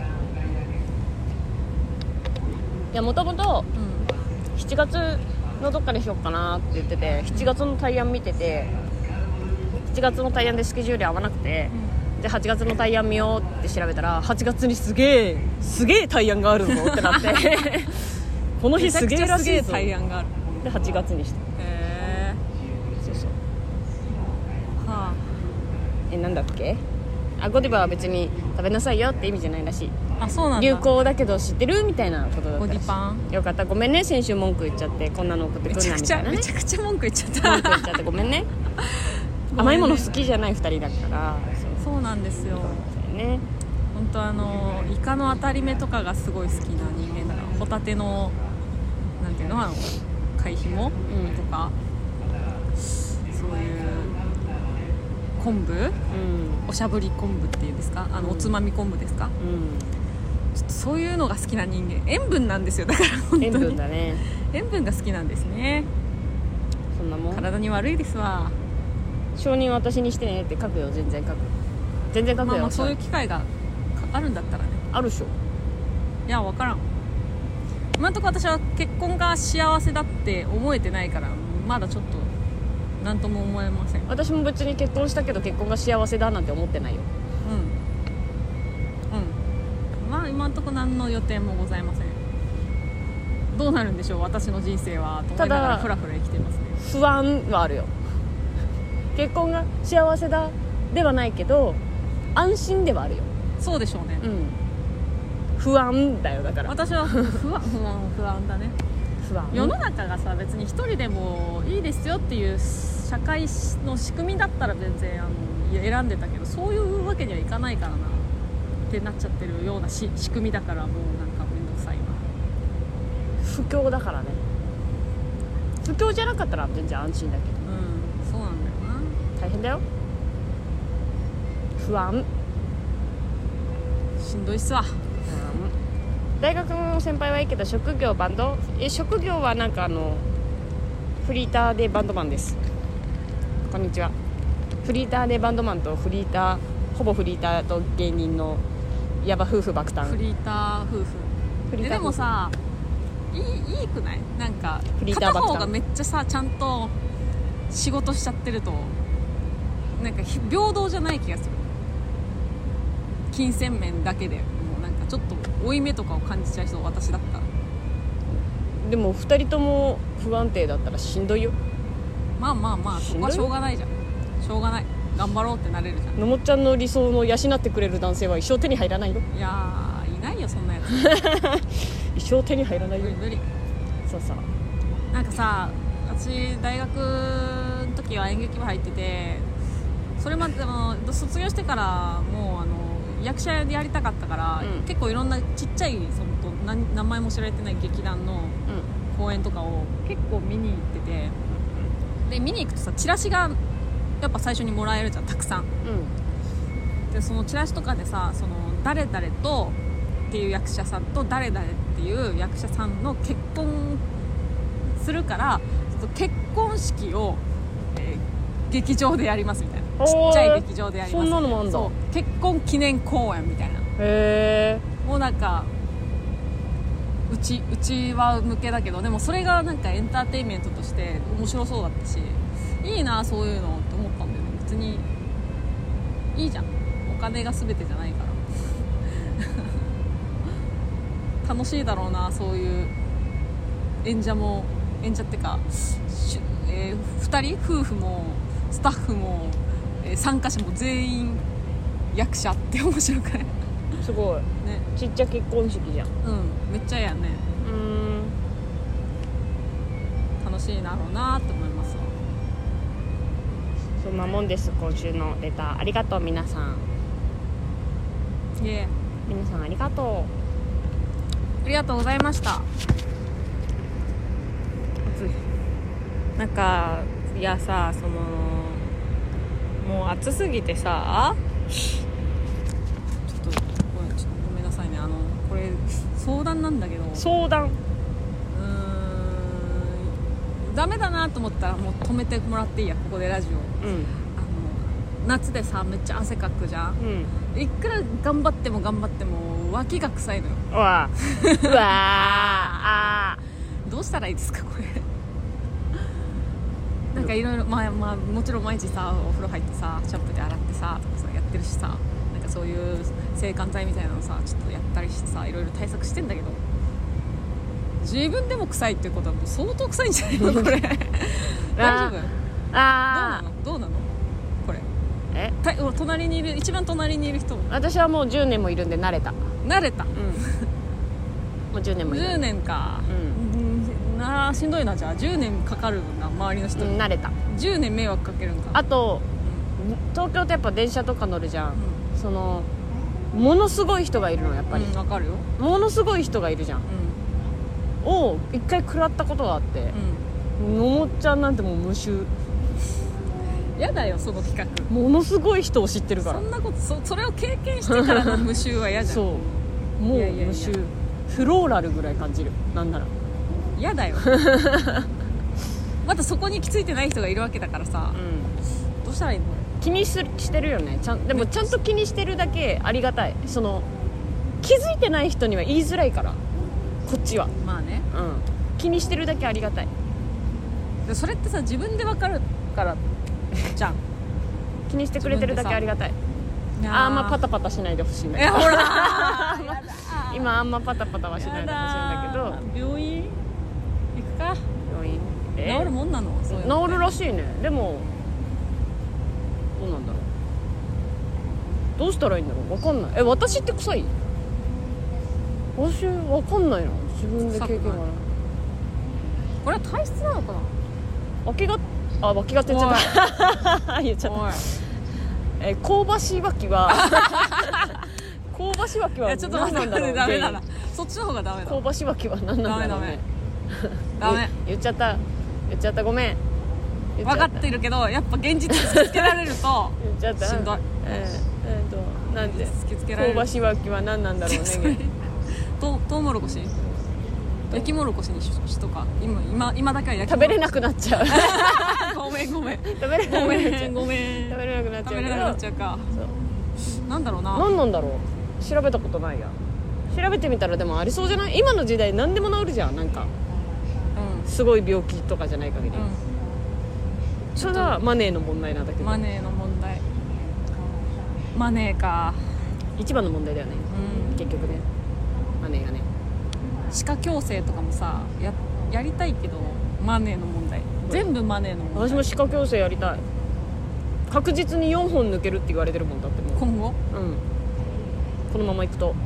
S1: いやもともと
S2: うん
S1: しちがつのどっかでしようかなって言っててしちがつの大安見ててしちがつの大安でスケジュール合わなくて、ではちがつの大安見ようって調べたらはちがつにすげえすげえ大安があるぞってなってこの日すげえらしいぞ
S2: めちゃくちゃすげえ大安がある。
S1: ではちがつにした。
S2: へえ
S1: そうそう。
S2: は
S1: えなんだっけ。あゴディバは別に食べなさいよって意味じゃないらしい。
S2: ああそうなんだ。
S1: 流行だけど知ってるみたいなことだったらしい。
S2: ゴディパン
S1: よかった。ごめんね先週文句言っちゃってこんなの送ってく
S2: めちゃくちゃ
S1: るなみたいなね
S2: めちゃくちゃ文句言っちゃった
S1: 文句言っちゃってごめんね甘いもの好きじゃないふたりだからそう
S2: そうなんですよ。
S1: そうね。
S2: 本当あのイカの当たり目とかがすごい好きな人間だからホタテのなんていうのあの貝ひも、
S1: うん
S2: とかそういう昆布
S1: うん
S2: おしゃぶり昆布っていうんですかあの、
S1: うん
S2: おつまみ昆布ですか。
S1: うん
S2: ちょっとそういうのが好きな人間塩分なんですよだから本当に
S1: 塩分だね。
S2: 塩分が好きなんですね。
S1: そんなもん
S2: 体に悪いですわ。
S1: 承認私にしてねって書くよ。全然書く全然書くよ、
S2: まあまあそういう機会があるんだったらね。
S1: あるでしょ。
S2: いや分からん。今のところ私は結婚が幸せだって思えてないからまだちょっと何とも思えません。うん
S1: 私も別に結婚したけど結婚が幸せだなんて思ってないよ。
S2: うんまあ今のところ何の予定もございません。どうなるんでしょう私の人生はと思いながら
S1: ただ
S2: フラフラ生きてますね。
S1: 不安はあるよ。結婚が幸せだではないけど安心ではあるよ。
S2: そうでしょうね、
S1: うん不安だよ。だから
S2: 私は不安不安不安だね。
S1: 不安
S2: 世の中がさ別に一人でもいいですよっていう社会の仕組みだったら全然あのいや選んでたけどそういうわけにはいかないからなってなっちゃってるようなし仕組みだからもうなんかめんどくさいな。
S1: 不況だからね。不況じゃなかったら全然安心だけど
S2: うんそうなんだよな。
S1: 大変だよ。不安
S2: しんどいっすわ。
S1: 大学の先輩はいいけど職業バンドえ職業はなんかあのフリーターでバンドマンです。こんにちは。フリーターでバンドマンとフリーターほぼフリーターと芸人のヤバ夫婦爆誕。
S2: フリーター夫婦
S1: フリーター夫婦
S2: えでもさいいいいくない？なんか
S1: フリーター
S2: 片
S1: 爆弾
S2: 方がめっちゃさちゃんと仕事しちゃってるとなんかひ平等じゃない気がする。金銭面だけでもうなんかちょっと負い目とかを感じちゃいそう、私だったら。
S1: でもふたりとも不安定だったらしんどいよ。
S2: まあまあまあそこはしょうがないじゃん。しょうがない、頑張ろうってなれるじゃん。
S1: のもっちゃんの理想の養ってくれる男性は一生手に入らないよ。
S2: いやーいないよそんなやつ
S1: 一生手に入らないよ。
S2: 無理無理。
S1: そうさ、
S2: なんかさ、私大学の時は演劇部入ってて、それまでも卒業してからもうあの役者でやりたかったから、
S1: うん、
S2: 結構いろんなちっちゃいその何名前も知られてない劇団の公演とかを結構見に行ってて、で見に行くとさチラシがやっぱ最初にもらえるじゃん、たくさん。
S1: うん、
S2: でそのチラシとかでさ、その誰々とっていう役者さんと誰々っていう役者さんの結婚するから、結婚式を、えー、劇場でやりますみたいな、ちっちゃい劇場でやりますみたいな。
S1: そんなのもあんだ。
S2: そう結婚記念公演みたいな。
S1: へ
S2: もうなんかうちうちは向けだけど、でもそれがなんかエンターテインメントとして面白そうだったし、いいなそういうのって思ったんだよね。別にいいじゃん、お金が全てじゃないから楽しいだろうな、そういう演者も演者ってか、えー、ふたり夫婦もスタッフも、えー、参加者も全員役者って面白くない？
S1: すごい
S2: ね、
S1: ちっちゃ結婚式じゃん。
S2: うんめっちゃええやんね。
S1: うーん、
S2: 楽しいだろうなって思いますわ。
S1: そんなもんです。今週のレターありがとう。皆さん
S2: いえ、
S1: 皆さんありがと
S2: ありがとうございました。
S1: う。
S2: なんかいやさ、そのもう暑すぎてさ、ちょっとごめん、ちょっとごめんなさいね。あのこれ相談なんだけど、
S1: 相談。
S2: うーんダメだなと思ったらもう止めてもらっていいや、ここでラジオ。
S1: うん
S2: あの夏でさめっちゃ汗かくじゃん。
S1: うん。
S2: いくら頑張っても頑張っても脇が臭いのよ。
S1: うわうわあ
S2: どうしたらいいですかこれなんかいろいろ、まあまあもちろん毎日さお風呂入ってさシャンプーで洗ってさとかさやってるしさ、なんかそういう制汗剤みたいなのさちょっとやったりしてさ、いろいろ対策してんだけど、自分でも臭いっていうことはもう相当臭いんじゃないのこれ大丈夫？どうな
S1: あ
S2: のどうなのこれ。
S1: え
S2: た隣にいる一番隣にいる人
S1: 私はもうじゅうねんもいるんで慣れた。
S2: 慣れた。
S1: うんもうじゅうねんもいる。
S2: じゅうねんか。
S1: うん
S2: うんなあしんどいな。じゃあじゅうねんかかるんだ周りの人に、
S1: うん、慣れた。
S2: じゅうねん迷惑かけるんか。
S1: あと東京ってやっぱ電車とか乗るじゃん、
S2: うん、
S1: そのものすごい人がいるのやっぱり、
S2: うん、分かるよ。
S1: ものすごい人がいるじゃん、
S2: うん、
S1: を一回食らったことがあって、
S2: うん、
S1: のもっちゃんなんてもう無臭。
S2: やだよその企画。
S1: ものすごい人を知ってるから
S2: そんなこと そ, それを経験してからの無臭は嫌じゃん。
S1: そうもう
S2: いやいやいや
S1: 無臭フローラルぐらい感じる。なんなら
S2: 嫌だよまだそこに行き着いてない人がいるわけだからさ、
S1: うん
S2: どうしたらいいのこ
S1: 気にするしてるよね。ちゃんでもちゃんと気にしてるだけありがたい。その気づいてない人には言いづらいからこっちは、
S2: れ。まあね、
S1: うん、気にしてるだけありがたい。
S2: でそれってさ自分で分かるからじゃん
S1: 気にしてくれてるだけありがたい。
S2: いやー
S1: あんまパタパタしないでほしいんだ
S2: いや
S1: けど
S2: ほら
S1: 今あんまパタパタはしないでほしいんだけど、
S2: 病院行くか。
S1: 病院え
S2: 治るもんなのそういうのって
S1: 治るらしいね。でもどうなんだろう。どうしたらいいんだろう。わかんない。え私って臭い？私わかんないな。自分で経験がない。
S2: これは体質なのかな。
S1: 脇があ脇がって言っちゃった言っちゃった
S2: おい
S1: え香ばしい脇は香ばしい脇は
S2: いやちょっと待って
S1: 何なんだろう。
S2: ダメだな、そっちの方がダメだ。
S1: 香ばしい脇は何なんだろうね。
S2: ダメ
S1: 言っちゃった言っちゃったごめん。言っちゃ
S2: 分かってるけどやっぱ現実突きつけられると
S1: 言っちゃった
S2: しんどい。
S1: えー、えー、となんで
S2: 突きつけられる。
S1: 香ばしい脇は何なんだろうね
S2: とトウモロコシ焼きもろこしにししとか今今今だけは焼き
S1: 食べれなくなっちゃう
S2: ごめんごめん
S1: 食べれな
S2: ご
S1: くなっちゃう
S2: めんごめん
S1: 食べれなくなっちゃうけど
S2: 食べれなくなっちゃうか。
S1: そう
S2: なんだろうな。
S1: 何なんだろう。調べたことないや。 調べてみたらでもありそうじゃない？今の時代何でも治るじゃん。なんか
S2: うん
S1: すごい病気とかじゃない限り、
S2: うん
S1: それはマネーの問題なんだけど、
S2: マネーの問題マネーか
S1: 一番の問題だよね、
S2: うん
S1: 結局ね、マネーがね。
S2: 歯科矯正とかもさ や, やりたいけどマネーの問題、全部マネーの問題。
S1: 私も歯科矯正やりたい。確実によんほん抜けるって言われてるもんだって。もう
S2: 今後
S1: うんこのままいくと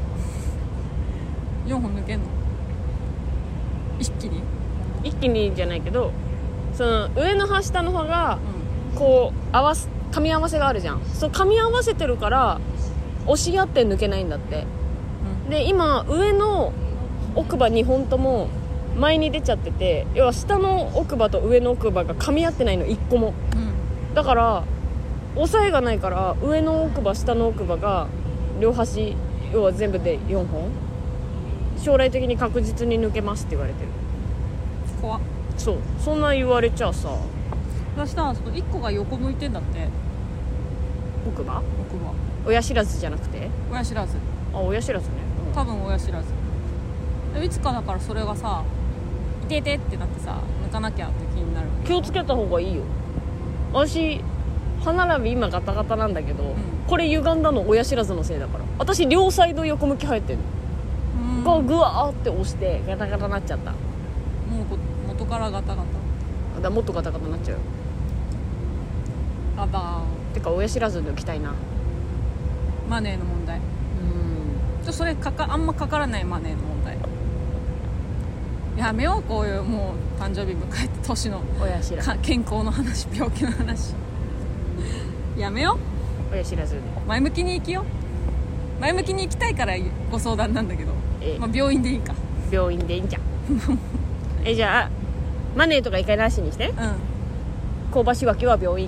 S2: よんほん抜けんの一気に？
S1: 一気にじゃないけど、その上の歯下の歯が
S2: う
S1: こう合わす噛み合わせがあるじゃん。そう噛み合わせてるから押し合って抜けないんだって。
S2: ん
S1: で今上の奥歯にほんとも前に出ちゃってて、要は下の奥歯と上の奥歯が噛み合ってないのいっこも。
S2: うん
S1: だから押さえがないから上の奥歯下の奥歯が両端、要は全部でよんほん将来的に確実に抜けますって言われてる。
S2: 怖っ。
S1: そうそんな言われちゃさ、
S2: 明日はそのいっこが横向いてんだって。
S1: 奥歯
S2: 奥は
S1: 親知らずじゃなくて、
S2: 親知らず、
S1: あ親知らずね、うん
S2: 多分親知らずでいつかだからそれがさいててってなってさ抜かなきゃって気になる。
S1: 気をつけた方がいいよ。私歯並び今ガタガタなんだけど、
S2: ん
S1: これ歪んだの親知らずのせいだから。私両サイド横向き生えてる
S2: うん
S1: のがグワーって押してガタガタなっちゃった。だか
S2: もうこ元からガタガ
S1: らもっとガタガタなっちゃうよ。
S2: タあだ
S1: てか親知らず抜きたいな。
S2: マネーの問題。
S1: うん
S2: ちょそれかかあんまかからないマネーの問題。やめようこういうもう誕生日迎えて年の
S1: 親知らず
S2: か健康の話病気の話やめよ
S1: 親知らずね。
S2: う前向きに生きよう。前向きに生きたいからご相談なんだけど、
S1: ええ
S2: まあ、病院でいいか。
S1: 病院でいいんじゃんえじゃあマネーとか一回なしにして、
S2: うん
S1: 香ばしわきは病院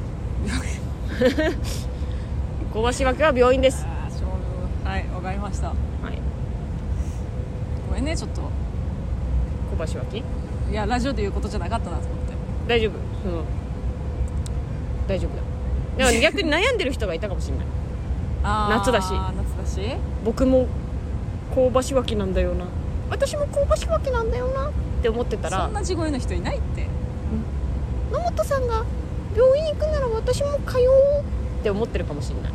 S1: 香ばしわきは病院です。
S2: あーしょうはいわかりました。
S1: はい
S2: ごめんねちょっと
S1: 香ばしわき
S2: いやラジオで言うことじゃなかったなと思って。
S1: 大丈夫、その大丈夫だ。でも逆に悩んでる人がいたかもしれない
S2: あー
S1: 夏だし
S2: 夏だし
S1: 僕も香ばしわきなんだよな、私も香ばしわきなんだよなって思ってたら、
S2: そんな地声の人いないって。
S1: 野本さんが病院行くなら私も通おうって思ってるかもしれない。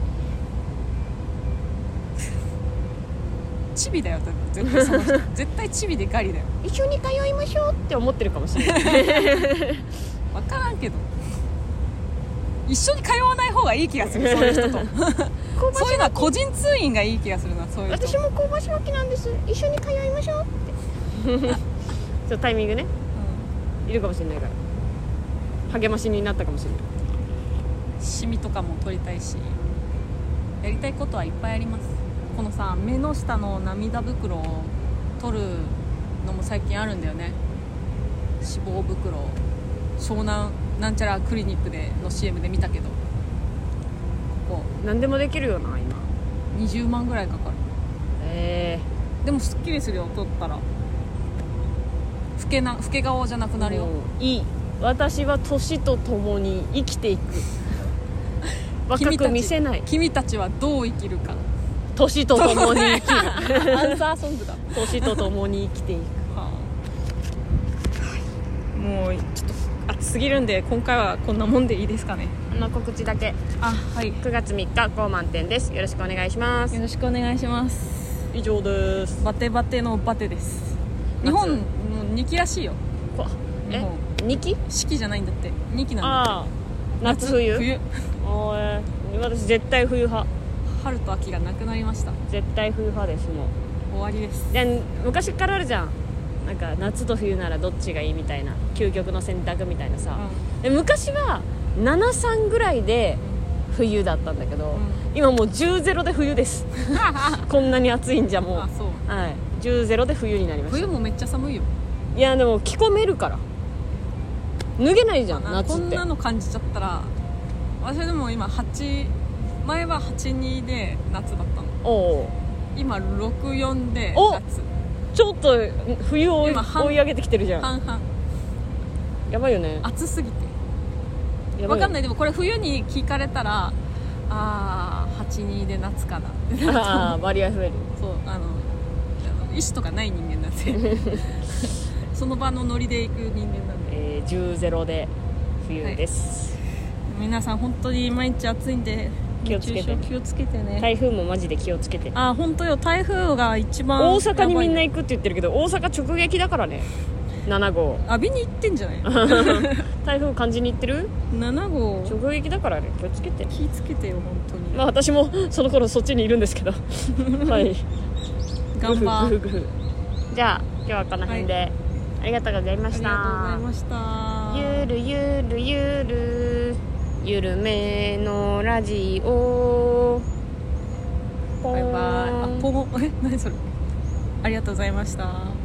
S2: チビだよ絶対その人絶対チビでガリだよ。
S1: 一緒に通いましょうって思ってるかもしれない
S2: 分からんけど一緒に通わない方がいい気がするそういう人と
S1: 香ば
S2: そういうのは
S1: しわき
S2: 個人通院がいい気がするな。そういう人
S1: 私も香ばしわきなんです、一緒に通いましょうってそうタイミングねいるかもしれないから励ましになったかもしれない。
S2: うん、シミとかも取りたいしやりたいことはいっぱいあります。このさ目の下の涙袋を取るのも最近あるんだよね。脂肪袋湘南なんちゃらクリニックでの シーエム で見たけどここ
S1: 何でもできるよな今。
S2: にじゅうまんぐらいかかる。
S1: え
S2: でもすっきりするよ取ったら。老けな老け顔じゃなく
S1: ー、
S2: なるよ。
S1: もういい。私は年とともに生きていく若く見せない
S2: 君たちはどう生きるか。
S1: 年とともに生きる
S2: アンサーソングだ。
S1: 年とともに生きていく。
S2: もうちょっと暑すぎるんで今回はこんなもんでいいですかね。
S1: あの告知だけ。
S2: あはい
S1: くがつみっか高満点です。よろしくお願いします。
S2: よろしくお願いします。
S1: 以上です。
S2: バテバテのバテです。日本もうにきらしいよ。
S1: こえ
S2: 日本
S1: にき
S2: 四季じゃないんだってにきなんだ
S1: ああ夏冬
S2: 冬
S1: おー私絶対冬派。
S2: 春と秋がなくなりました。
S1: 絶対冬派です。もう
S2: 終わりです。
S1: で昔からあるじゃん、なんか夏と冬ならどっちがいいみたいな究極の選択みたいなさ、
S2: う
S1: で昔はななさんぐらいで冬だったんだけど、
S2: ん
S1: 今もうじゅうゼロで冬ですこんなに暑いんじゃもう、
S2: あそう
S1: はい、じゅうゼロで冬になりました。
S2: 冬もめっちゃ寒いよ。
S1: いやでも着込めるから脱げないじゃん夏って。
S2: こんなの感じちゃったら私でも今はち前ははちにで夏だったの。
S1: おう
S2: 今ろくよんで
S1: お
S2: 夏。
S1: ちょっと冬を追い
S2: 今半
S1: 追い上げてきてるじゃん。
S2: 半々
S1: やばいよね。
S2: 暑すぎて
S1: やばいよ
S2: 分かんない。でもこれ冬に聞かれたらあーはちにで夏かなってなると思う
S1: ああ割合増える。
S2: そうあの意思とかない人間なんでその場のノリで行く人間なんで、
S1: えー、じゅうゼロで冬です、はい、
S2: 皆さん本当に毎日暑いんで
S1: 気をつけて
S2: 気をつけてね。
S1: 台風もマジで気をつけて。
S2: あ、本当よ、台風が一番
S1: 大阪にみんな行くって言ってるけど、大阪直撃だからね。なな号
S2: 浴びに行ってんじゃない
S1: 台風感じに行ってる。
S2: なな号
S1: 直撃だからね、気をつけて。
S2: 気をつけてよ本当に。
S1: まあ私もその頃そっちにいるんですけどはい
S2: 頑張る。
S1: じゃあ今日はこの辺で、はい、ありがとうございました。
S2: ありがとうございました。
S1: ゆるゆるゆるゆるめのラジオ。
S2: バイバイ。あ、ポゴ、え、何それ。ありがとうございました。